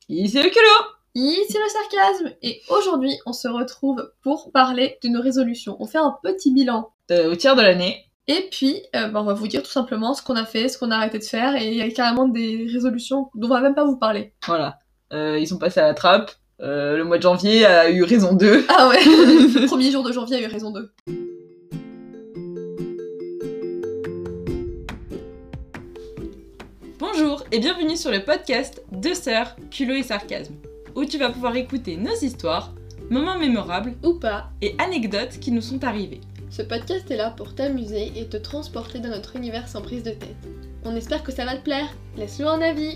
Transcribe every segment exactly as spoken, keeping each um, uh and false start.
Ici le culot. Ici le sarcasme. Et aujourd'hui, on se retrouve pour parler de nos résolutions. On fait un petit bilan. Euh, au tiers de l'année. Et puis, euh, bah, on va vous dire tout simplement ce qu'on a fait, ce qu'on a arrêté de faire, et il y a carrément des résolutions dont on va même pas vous parler. Voilà. Euh, ils sont passés à la trappe. Euh, le mois de janvier a eu raison d'eux. Ah ouais, le premier jour de janvier a eu raison d'eux. Bonjour et bienvenue sur le podcast Deux sœurs, culot et sarcasme, où tu vas pouvoir écouter nos histoires, moments mémorables Ou pas. et anecdotes qui nous sont arrivés. Ce podcast est là pour t'amuser et te transporter dans notre univers sans prise de tête. On espère que ça va te plaire. Laisse-nous un avis.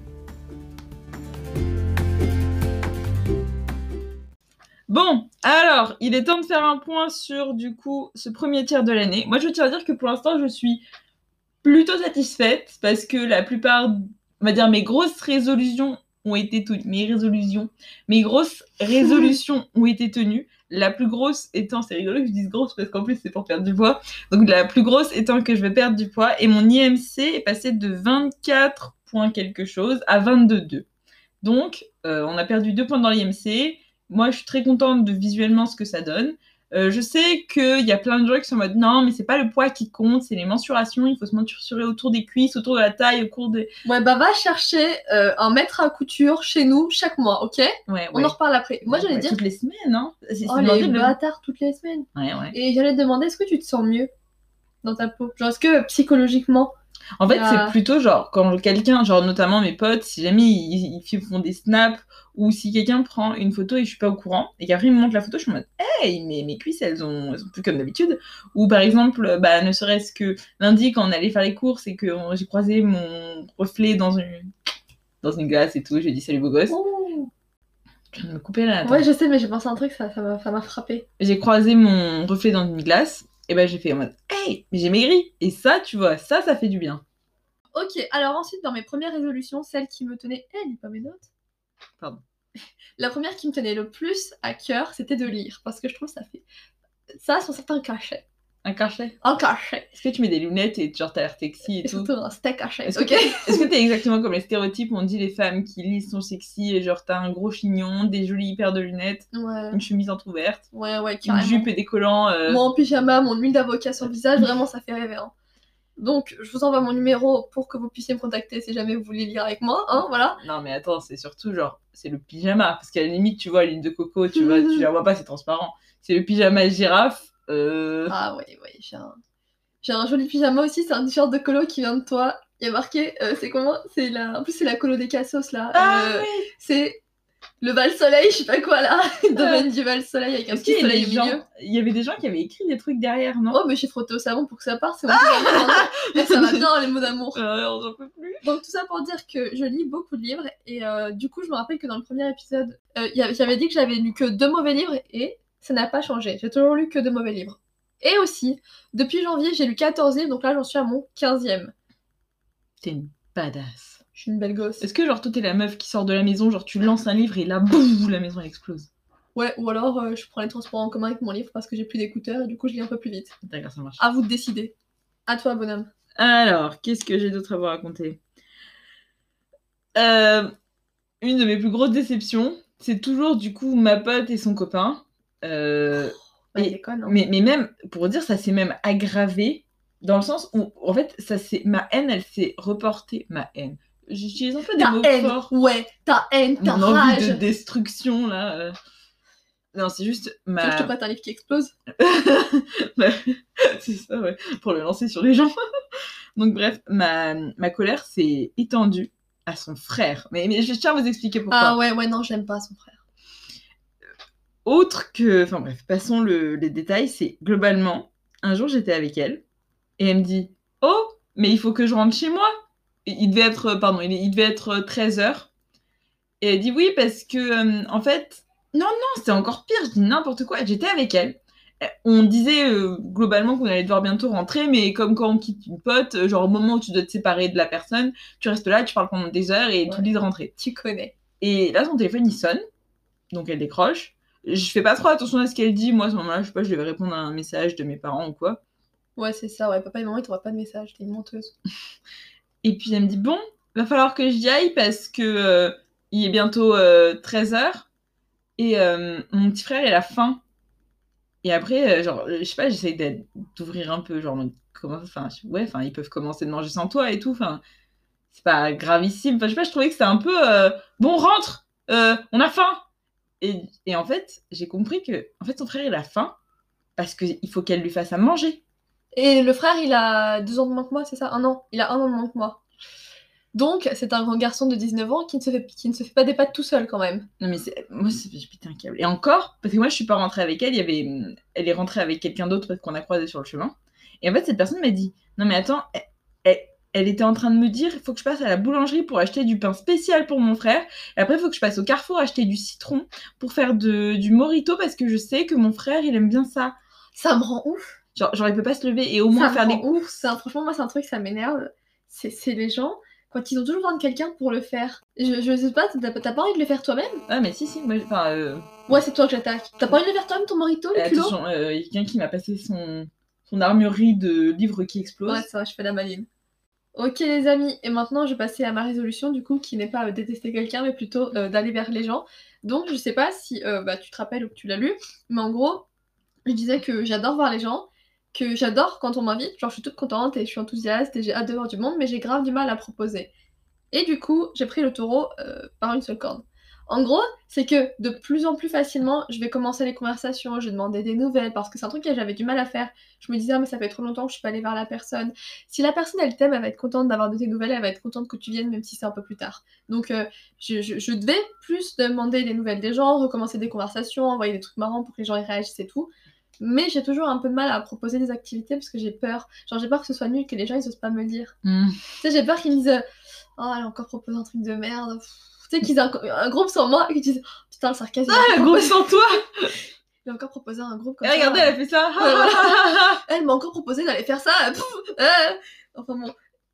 Bon, alors, il est temps de faire un point sur, du coup, ce premier tiers de l'année. Moi, je tiens à dire que pour l'instant, je suis plutôt satisfaite, parce que la plupart, on va dire, mes grosses résolutions ont été tenues. Mes résolutions, mes grosses résolutions ont été tenues. La plus grosse étant, c'est rigolo que je dise grosse, parce qu'en plus, c'est pour perdre du poids. Donc, la plus grosse étant que je vais perdre du poids, et mon I M C est passé de vingt-quatre points quelque chose à vingt-deux virgule deux. Donc, euh, on a perdu deux points dans l'I M C. Moi, je suis très contente de visuellement ce que ça donne. Euh, je sais qu'il y a plein de gens qui sont en mode non, mais c'est pas le poids qui compte, c'est les mensurations. Il faut se mensurer autour des cuisses, autour de la taille, au cours des. Ouais, bah va chercher euh, un maître à couture chez nous chaque mois, ok? Ouais, ouais. On en reparle après. Moi, j'allais ouais, dire. Toutes les semaines, hein. C'est, Oh, c'est les le... bâtards, toutes les semaines. Ouais, ouais. Et j'allais te demander, est-ce que tu te sens mieux dans ta peau? Genre, est-ce que psychologiquement. En fait, a... c'est plutôt genre quand quelqu'un, genre notamment mes potes, si jamais ils, ils font des snaps ou si quelqu'un prend une photo et je suis pas au courant et qu'après il me montre la photo, je suis en mode hey, mais mes cuisses elles ont, elles sont plus comme d'habitude. Ou par exemple, bah, ne serait-ce que lundi quand on allait faire les courses et que on, j'ai croisé mon reflet dans une, dans une glace et tout, j'ai dit salut beau gosse. Oh. Je viens de me couper là. Attends. Ouais, je sais, mais j'ai pensé à un truc, ça, ça, m'a, ça m'a frappé. J'ai croisé mon reflet dans une glace. Et ben j'ai fait en mode hey, mais j'ai maigri. Et ça, tu vois, ça, ça fait du bien. Ok, alors ensuite, dans mes premières résolutions, celle qui me tenait... Eh, lis pas mes notes. Pardon. La première qui me tenait le plus à cœur, c'était de lire. Parce que je trouve que ça fait... Ça, sur certains cachets. Un cachet. Un cachet. Est-ce que tu mets des lunettes et genre t'as l'air sexy et, Et tout? surtout un steak cachet. Est-ce ok. que, est-ce que t'es exactement comme les stéréotypes où on dit les femmes qui lisent sont sexy et genre t'as un gros chignon, des jolies paires de lunettes, ouais. une chemise entrouverte, ouais, ouais, carrément. Une jupe et des collants. Euh... Moi en pyjama, mon huile d'avocat sur le visage, vraiment ça fait rêver. Hein. Donc je vous envoie mon numéro pour que vous puissiez me contacter si jamais vous voulez lire avec moi, hein, voilà. Non mais attends, c'est surtout genre, c'est le pyjama, parce qu'à la limite tu vois l'huile de coco, tu vois, tu la vois pas, c'est transparent. C'est le pyjama girafe. Euh... Ah ouais, ouais, j'ai un... j'ai un joli pyjama aussi, c'est un t-shirt de colo qui vient de toi. Il y a marqué, euh, c'est comment c'est la... En plus c'est la colo des Cassos là. Ah euh, oui. C'est le Val-Soleil, je sais pas quoi là. Domaine du Val-Soleil avec un Est-ce petit soleil au gens... milieu. Il y avait des gens qui avaient écrit des trucs derrière, non? Oh mais j'ai frotté au savon pour que ça parte, c'est mon pyjama. Mais ça va bien les mots d'amour. Euh, on j'en peux plus. Donc tout ça pour dire que je lis beaucoup de livres et euh, du coup je me rappelle que dans le premier épisode, euh, j'avais dit que j'avais lu que deux mauvais livres et ça n'a pas changé. J'ai toujours lu que deux mauvais livres. Et aussi, depuis janvier, j'ai lu quatorze livres, donc là j'en suis à mon quinzième. T'es une badass. Je suis une belle gosse. Est-ce que genre toi t'es la meuf qui sort de la maison, genre tu lances un livre et là, boum, la maison elle explose? Ouais, ou alors euh, je prends les transports en commun avec mon livre parce que j'ai plus d'écouteurs et du coup je lis un peu plus vite. D'accord, ça marche. À vous de décider. À toi, bonhomme. Alors, qu'est-ce que j'ai d'autre à vous raconter? euh, Une de mes plus grosses déceptions, c'est toujours du coup ma pote et son copain. Euh, oh, et, déconne, hein. mais, mais même, pour dire, ça s'est même aggravé dans le sens où, en fait, ça s'est, ma haine, elle s'est reportée. Ma haine. J'utilise un peu des ta mots haine, forts. Ouais, ta haine, ta Mon rage. envie de destruction, là. Euh... Non, c'est juste ma... Tu veux que je te prête un livre qui explose? C'est ça, ouais. Pour le lancer sur les gens. Donc bref, ma, ma colère s'est étendue à son frère. Mais, mais je tiens à vous expliquer pourquoi. Ah ouais, ouais, non, j'aime pas son frère. Autre que... Enfin bref, passons le, les détails. C'est globalement, un jour j'étais avec elle et elle me dit « Oh, mais il faut que je rentre chez moi !» Il devait être... Pardon, il, il devait être treize heures. Et elle dit « Oui, parce que, euh, en fait... » Non, non, c'était encore pire. Je dis n'importe quoi. J'étais avec elle. On disait euh, globalement qu'on allait devoir bientôt rentrer, mais comme quand on quitte une pote, genre au moment où tu dois te séparer de la personne, tu restes là, tu parles pendant des heures et ouais. Tu dis de rentrer. Tu connais. Et là, son téléphone, il sonne. Donc elle décroche. Je fais pas trop attention à ce qu'elle dit. Moi, à ce moment-là, je sais pas, je devais répondre à un message de mes parents ou quoi. Ouais, c'est ça. Ouais, papa et maman, ils t'envoient pas de message. T'es une menteuse. Et puis elle me dit, bon, va falloir que j'y aille parce que... Euh, il est bientôt euh, treize heures et euh, mon petit frère il a faim. Et après, euh, genre, je sais pas, j'essaye d'ouvrir un peu, genre, comment, enfin, ouais, enfin, ils peuvent commencer de manger sans toi et tout, enfin, c'est pas gravissime. Enfin, je sais pas, je trouvais que c'était un peu, euh, bon, rentre, euh, on a faim. Et, et en fait, j'ai compris que, en fait, son frère, il a faim parce qu'il faut qu'elle lui fasse à manger. Et le frère, il a deux ans de moins que moi, c'est ça? Un an. Il a un an de moins que moi. Donc, c'est un grand garçon de dix-neuf ans qui ne se fait, qui ne se fait pas des pâtes tout seul, quand même. Non, mais c'est, moi, c'est, j'ai pété un câble. Et encore, parce que moi, je suis pas rentrée avec elle, il y avait, elle est rentrée avec quelqu'un d'autre parce qu'on a croisé sur le chemin. Et en fait, cette personne m'a dit, non, mais attends, elle, elle, elle était en train de me dire, il faut que je passe à la boulangerie pour acheter du pain spécial pour mon frère. Et après, il faut que je passe au Carrefour acheter du citron pour faire de, du mojito parce que je sais que mon frère, il aime bien ça. Ça me rend ouf. Genre, genre il peut pas se lever et au moins ça faire des courses. Ça, franchement, moi, c'est un truc, ça m'énerve. C'est, c'est les gens, quand ils ont toujours besoin de quelqu'un pour le faire. Je, je sais pas, t'as, t'as pas envie de le faire toi-même? Ah, mais si, si, moi, enfin... Euh... Ouais, c'est toi que j'attaque. T'as pas envie de le faire toi-même, ton mojito, le culot? Attention, il euh, y a quelqu'un qui m'a passé son, son armurerie de livres qui explose. Ouais, ça va, je fais la maline. Ok les amis, et maintenant je vais passer à ma résolution du coup qui n'est pas euh, détester quelqu'un mais plutôt euh, d'aller vers les gens. Donc je sais pas si euh, bah, tu te rappelles ou que tu l'as lu, mais en gros je disais que j'adore voir les gens, que j'adore quand on m'invite, genre je suis toute contente et je suis enthousiaste et j'ai hâte de voir du monde mais j'ai grave du mal à proposer. Et du coup j'ai pris le taureau euh, par une seule corde. En gros, c'est que de plus en plus facilement, je vais commencer les conversations, je vais demander des nouvelles, parce que c'est un truc que j'avais du mal à faire. Je me disais, ah, mais ça fait trop longtemps que je suis pas allée vers la personne. Si la personne, elle t'aime, elle va être contente d'avoir de tes nouvelles, elle va être contente que tu viennes, même si c'est un peu plus tard. Donc, euh, je, je, je devais plus demander des nouvelles des gens, recommencer des conversations, envoyer des trucs marrants pour que les gens y réagissent et tout. Mais j'ai toujours un peu de mal à proposer des activités parce que j'ai peur. Genre, j'ai peur que ce soit nul, que les gens, ils osent pas me le dire. Mm. Tu sais, j'ai peur qu'ils me disent, oh, elle a encore proposé un truc de merde. Pff. Tu sais, qu'ils aient un, un groupe sans moi et qu'ils disent oh, putain, le sarcasme. Ah, un groupe sans toi. Il a encore proposé un groupe comme et ça. Regardez, elle a fait ça. Ouais, voilà. Elle m'a encore proposé d'aller faire ça. Pff, euh. Enfin bon.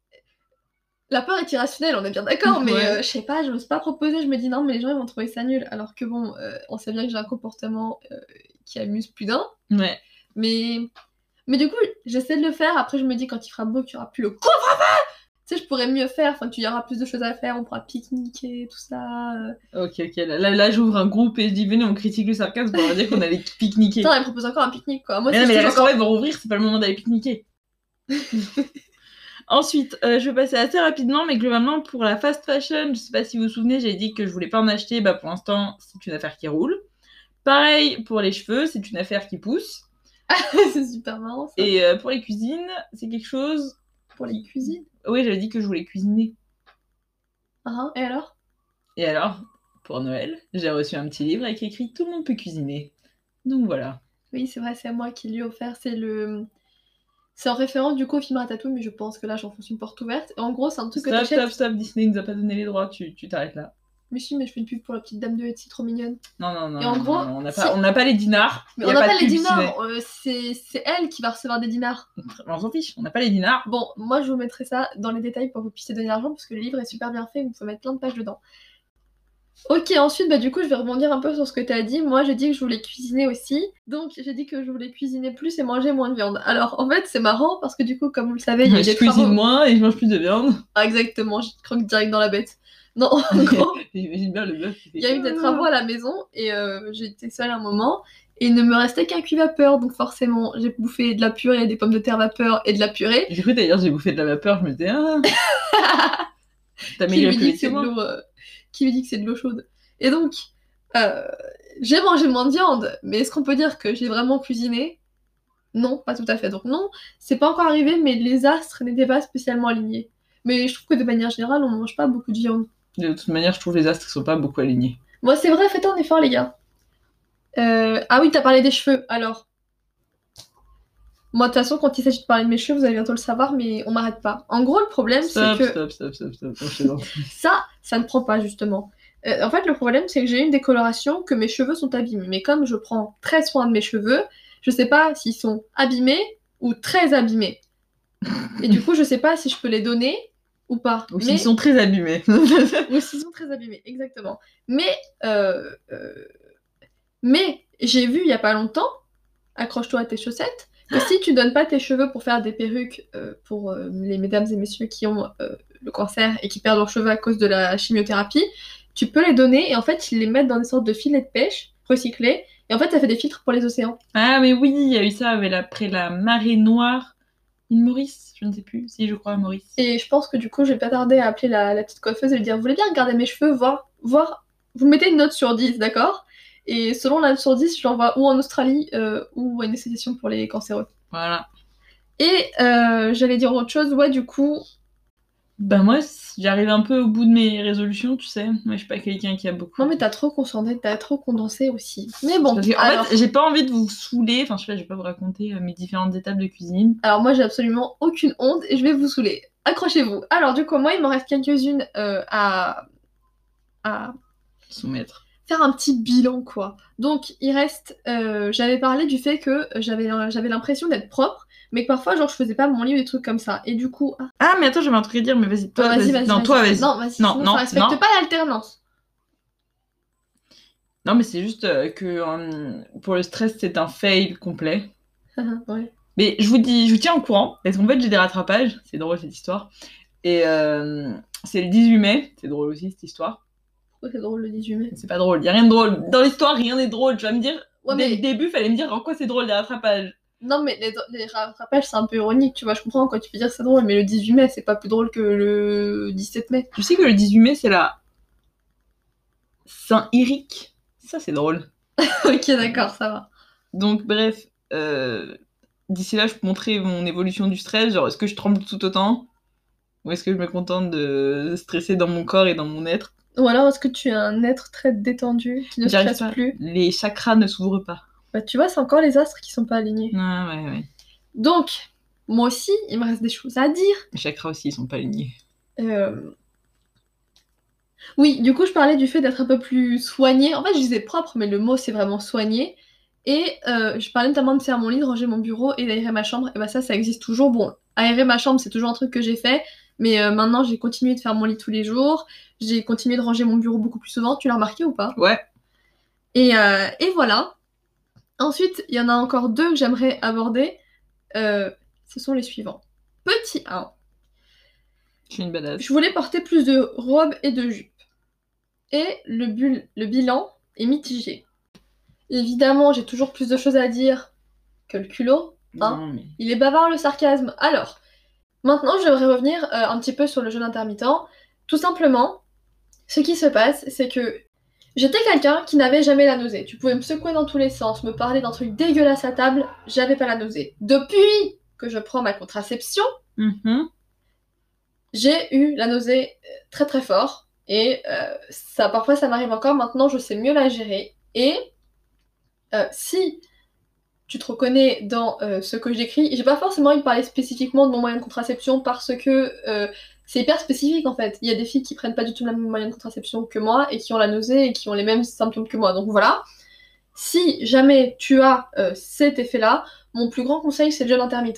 La peur est irrationnelle, on est bien d'accord, mais ouais. euh, je sais pas, je n'ose pas proposer. Je me dis non, mais les gens ils vont trouver ça nul. Alors que bon, euh, on sait bien que j'ai un comportement euh, qui amuse plus d'un. Ouais. Mais. Mais du coup, j'essaie de le faire. Après, je me dis quand il fera beau, qu'il n'y aura plus le couvre-feu. Tu sais, je pourrais mieux faire, enfin, tu y aura plus de choses à faire, on pourra pique-niquer, tout ça. Euh... Ok, ok, là, là j'ouvre un groupe et je dis, venez, on critique le sarcasme pour dire qu'on allait pique-niquer. Attends, elle me propose encore un pique-nique, quoi. Moi, mais non, mais les restaurants, ils vont rouvrir, c'est pas le moment d'aller pique-niquer. Ensuite, euh, je vais passer assez rapidement, mais globalement, pour la fast fashion, je sais pas si vous vous souvenez, j'ai dit que je voulais pas en acheter, bah pour l'instant, c'est une affaire qui roule. Pareil pour les cheveux, c'est une affaire qui pousse. C'est super marrant, ça. Et euh, pour les cuisines, c'est quelque chose... Pour les cuisines? Oui, j'avais dit que je voulais cuisiner. Ah, et alors? Et alors, pour Noël, j'ai reçu un petit livre avec écrit « Tout le monde peut cuisiner ». Donc voilà. Oui, c'est vrai, c'est à moi qui lui ai offert. C'est le... C'est en référence du coup au film Ratatouille, mais je pense que là, j'enfonce une porte ouverte. Et en gros, c'est un truc stop, que t'achètes... Stop, stop, stop, Disney nous a pas donné les droits, tu, tu t'arrêtes là. Mais si, mais je fais une pub pour la petite dame de Etsy, trop mignonne. Non, non, non. Et en non, gros, non, non, on n'a si... pas, on pas les dinars. Mais on n'a pas, pas les dinars, euh, c'est, c'est elle qui va recevoir des dinars. On s'en fiche, on n'a pas les dinars. Bon, moi je vous mettrai ça dans les détails pour que vous puissiez donner l'argent parce que le livre est super bien fait, vous pouvez mettre plein de pages dedans. Ok, ensuite, bah du coup, je vais rebondir un peu sur ce que tu as dit. Moi, j'ai dit que je voulais cuisiner aussi. Donc, j'ai dit que je voulais cuisiner plus et manger moins de viande. Alors, en fait, c'est marrant parce que du coup, comme vous le savez, il y a je des cuisine travaux... moins et je mange plus de viande. Ah, exactement, je te croque direct dans la bête. Non, en gros, j'imagine bien le bœuf. Il y a eu des travaux à la maison et euh, j'étais seule un moment et il ne me restait qu'un cuit vapeur, donc forcément j'ai bouffé de la purée, des pommes de terre vapeur et de la purée. J'ai cru d'ailleurs j'ai bouffé de la vapeur, je me disais ah. T'as meilleur que c'est moi. Euh, qui lui dit que c'est de l'eau chaude. Et donc euh, j'ai mangé moins de viande, mais est-ce qu'on peut dire que j'ai vraiment cuisiné? Non, pas tout à fait. Donc non, c'est pas encore arrivé, mais les astres n'étaient pas spécialement alignés. Mais je trouve que de manière générale, on mange pas beaucoup de viande. De toute manière, je trouve les astres sont pas beaucoup alignés. Moi, c'est vrai, faites un effort, les gars. Euh... Ah oui, t'as parlé des cheveux, alors. Moi, de toute façon, quand il s'agit de parler de mes cheveux, vous allez bientôt le savoir, mais on m'arrête pas. En gros, le problème, stop, c'est que... Stop, stop, stop, stop, stop. ça, ça ne prend pas, justement. Euh, en fait, le problème, c'est que j'ai une décoloration, que mes cheveux sont abîmés. Mais comme je prends très soin de mes cheveux, je sais pas s'ils sont abîmés ou très abîmés. Et du coup, je sais pas si je peux les donner... ou pas. Ou mais... s'ils sont très abîmés. Ou s'ils sont très abîmés, exactement. Mais, euh, euh, mais j'ai vu il y a pas longtemps, accroche-toi à tes chaussettes, que si tu donnes pas tes cheveux pour faire des perruques euh, pour euh, les mesdames et messieurs qui ont euh, le cancer et qui perdent leurs cheveux à cause de la chimiothérapie, tu peux les donner et en fait, ils les mettent dans des sortes de filets de pêche recyclés. Et en fait, ça fait des filtres pour les océans. Ah, mais oui, il y a eu ça avec après la marée noire. Une Maurice, je ne sais plus. Si, je crois, Maurice. Et je pense que du coup, je vais pas tarder à appeler la, la petite coiffeuse et lui dire, vous voulez bien regarder mes cheveux, voir, voir... Vous mettez une note sur dix, d'accord? Et selon la note sur dix, je l'envoie ou en Australie euh, ou à une association pour les cancéreux. Voilà. Et euh, j'allais dire autre chose, ouais, du coup... Bah moi, j'arrive un peu au bout de mes résolutions, tu sais. Moi, je suis pas quelqu'un qui a beaucoup... Non mais t'as trop concentré, t'as trop condensé aussi. Mais bon, Parce que, en alors... fait, j'ai pas envie de vous saouler. Enfin, je sais pas, je vais pas vous raconter euh, mes différentes étapes de cuisine. Alors moi, j'ai absolument aucune honte et je vais vous saouler. Accrochez-vous. Alors du coup, moi, il m'en reste quelques-unes euh, à... à... Soumettre. faire un petit bilan, quoi. Donc, il reste... euh, j'avais parlé du fait que j'avais j'avais l'impression d'être propre, mais que parfois, genre, je faisais pas mon lit ou des trucs comme ça. Et du coup... Ah, Ah, mais attends, j'avais un truc à dire, mais vas-y, toi, non, vas-y, vas-y. Non, vas-y. toi, vas-y. Non, vas-y, Non, sinon non, ça respecte non. pas l'alternance. Non, mais c'est juste euh, que euh, pour le stress, c'est un fail complet. Ouais. Mais je vous dis, je vous tiens au courant, parce qu'en fait, j'ai des rattrapages. C'est drôle, cette histoire. Et euh, c'est le dix-huit mai. C'est drôle aussi, cette histoire. Pourquoi c'est drôle le dix-huit mai? C'est pas drôle, y a rien de drôle. Dans l'histoire, rien n'est drôle. Tu vas me dire, Ouais, dès mais... le début, fallait me dire en quoi c'est drôle, les rattrapages. Non, mais les, les rattrapages, c'est un peu ironique, tu vois. Je comprends quand tu peux dire c'est drôle, mais le dix-huit mai, c'est pas plus drôle que le dix-sept mai. Tu sais que le dix-huit mai, c'est la Saint-Éric. Ça, c'est drôle. Ok, d'accord, ça va. Donc, bref, euh, d'ici là, je peux montrer mon évolution du stress. Genre, est-ce que je tremble tout autant? Ou est-ce que je me contente de stresser dans mon corps et dans mon être? Ou alors, est-ce que tu es un être très détendu, qui ne J'arrive stresse pas. plus? Les chakras ne s'ouvrent pas. Bah, tu vois, c'est encore les astres qui sont pas alignés. Ah, ouais, ouais. Donc, moi aussi, il me reste des choses à dire. Les chakras aussi, ils sont pas alignés. Euh... Oui, du coup, je parlais du fait d'être un peu plus soigné. En fait, je disais propre, mais le mot, c'est vraiment soigné. Et euh, je parlais notamment de faire mon lit, de ranger mon bureau et d'aérer ma chambre. Et bah ça, ça existe toujours. Bon, aérer ma chambre, c'est toujours un truc que j'ai fait. Mais euh, maintenant, j'ai continué de faire mon lit tous les jours. J'ai continué de ranger mon bureau beaucoup plus souvent. Tu l'as remarqué ou pas? Ouais. Et, euh, et voilà. Ensuite, il y en a encore deux que j'aimerais aborder. Euh, ce sont les suivants. Petit un. Je suis une badass. Je voulais porter plus de robes et de jupes. Et le, bul- le bilan est mitigé. Évidemment, j'ai toujours plus de choses à dire que le culot. Hein. Non, mais... Il est bavard le sarcasme. Alors, maintenant, je devrais revenir euh, un petit peu sur le jeûne intermittent. Tout simplement, ce qui se passe, c'est que j'étais quelqu'un qui n'avait jamais la nausée. Tu pouvais me secouer dans tous les sens, me parler d'un truc dégueulasse à table, j'avais pas la nausée. Depuis que je prends ma contraception, mm-hmm. j'ai eu la nausée très très fort. Et euh, ça, parfois, ça m'arrive encore. Maintenant, je sais mieux la gérer. Et euh, si tu te reconnais dans euh, ce que j'écris, j'ai pas forcément envie de parler spécifiquement de mon moyen de contraception parce que euh, c'est hyper spécifique en fait. Il y a des filles qui prennent pas du tout le même moyen de contraception que moi et qui ont la nausée et qui ont les mêmes symptômes que moi. Donc voilà. Si jamais tu as euh, cet effet-là, mon plus grand conseil c'est le jeûne intermittent.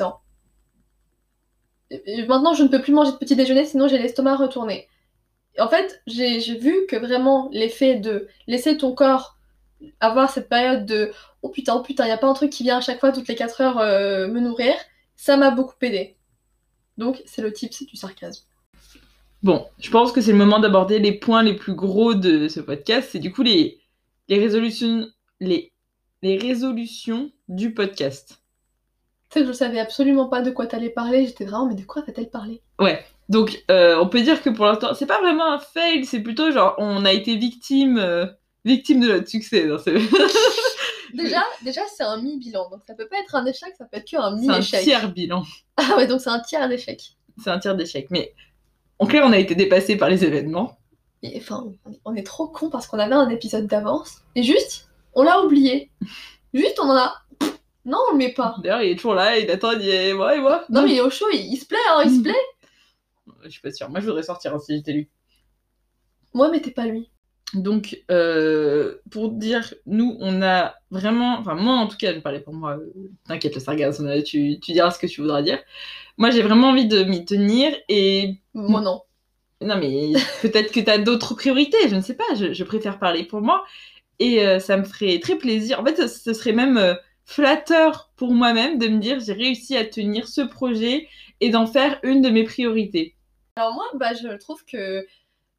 Et maintenant, je ne peux plus manger de petit déjeuner sinon j'ai l'estomac retourné. Et en fait, j'ai j'ai vu que vraiment l'effet de laisser ton corps avoir cette période de oh putain, oh putain, y a pas un truc qui vient à chaque fois toutes les quatre heures euh, me nourrir, ça m'a beaucoup aidé. Donc c'est le type, c'est du sarcasme. Bon, je pense que c'est le moment d'aborder les points les plus gros de ce podcast. C'est du coup les, les résolutions les, les résolutions du podcast. Tu sais que je savais absolument pas de quoi t'allais parler, j'étais vraiment mais de quoi va-t-elle parler? Ouais, donc euh, on peut dire que pour l'instant, c'est pas vraiment un fail, c'est plutôt genre on a été victime, euh, victime de notre succès. Dans ce... déjà, déjà c'est un mi-bilan, donc ça peut pas être un échec, ça peut être qu'un C'est un mi-échec. tiers bilan. Ah ouais, donc c'est un tiers d'échec. C'est un tiers d'échec, mais en clair, on a été dépassé par les événements. Et, enfin, on est trop con parce qu'on avait un épisode d'avance, et juste, on l'a oublié. Juste, on en a... Non, on le met pas. D'ailleurs, il est toujours là, il attend, il dit et moi, et moi. Non, mais il est au chaud, il, il se plaît, hein, il se plaît. Je suis pas sûre. Moi, je voudrais sortir hein, si j'étais lui. Moi, mais t'es pas lui. Donc, euh, pour dire, nous, on a vraiment... Enfin, moi, en tout cas, je vais parler pour moi. T'inquiète, le sargasme, tu, tu diras ce que tu voudras dire. Moi, j'ai vraiment envie de m'y tenir et... Moi, non. Non, mais peut-être que t'as d'autres priorités, je ne sais pas. Je, je préfère parler pour moi. Et euh, ça me ferait très plaisir. En fait, ce, ce serait même... Euh, flatteur pour moi-même de me dire j'ai réussi à tenir ce projet et d'en faire une de mes priorités. Alors moi, bah, je trouve que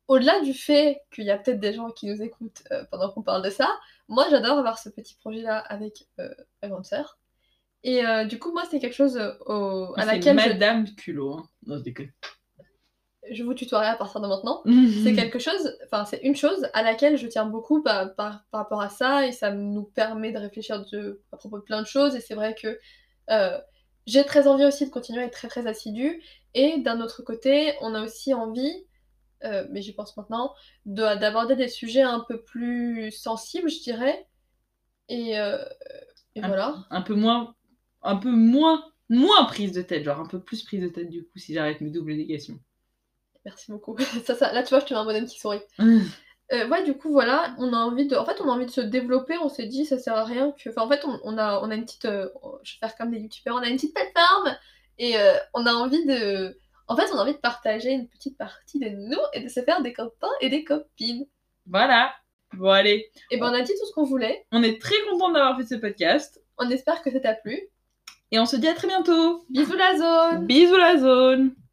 au-delà du fait qu'il y a peut-être des gens qui nous écoutent euh, pendant qu'on parle de ça, moi j'adore avoir ce petit projet-là avec euh, ma grande sœur. Et euh, du coup, moi, c'est quelque chose euh, au- à C'est laquelle Madame Culot. Hein. Non, je déconne. je, je vous tutoierai à partir de maintenant. C'est quelque chose, enfin, c'est une chose à laquelle je tiens beaucoup bah, par, par rapport à ça, et ça nous permet de réfléchir de, à propos de plein de choses. Et c'est vrai que euh, j'ai très envie aussi de continuer à être très très assidue. Et d'un autre côté, on a aussi envie, euh, mais j'y pense maintenant, de- d'aborder des sujets un peu plus sensibles, je dirais. Et, euh, et un, voilà. un peu moins, un peu moins, moins prise de tête, genre un peu plus prise de tête du coup si j'arrête mes doubles négations. Merci beaucoup. ça, ça, là, tu vois, je te mets un bonhomme qui sourit. Euh, ouais, du coup, voilà, on a envie de, en fait, on a envie de se développer. On s'est dit, ça sert à rien que, enfin, en fait, on, on a, on a une petite, euh, je vais faire comme des youtubeurs, on a une petite plateforme et euh, on a envie de, en fait, on a envie de partager une petite partie de nous et de se faire des copains et des copines. Voilà. Bon allez. Et ben, on a dit tout ce qu'on voulait. On est très content d'avoir fait ce podcast. On espère que ça t'a plu. Et on se dit à très bientôt. Bisous la zone. Bisous la zone.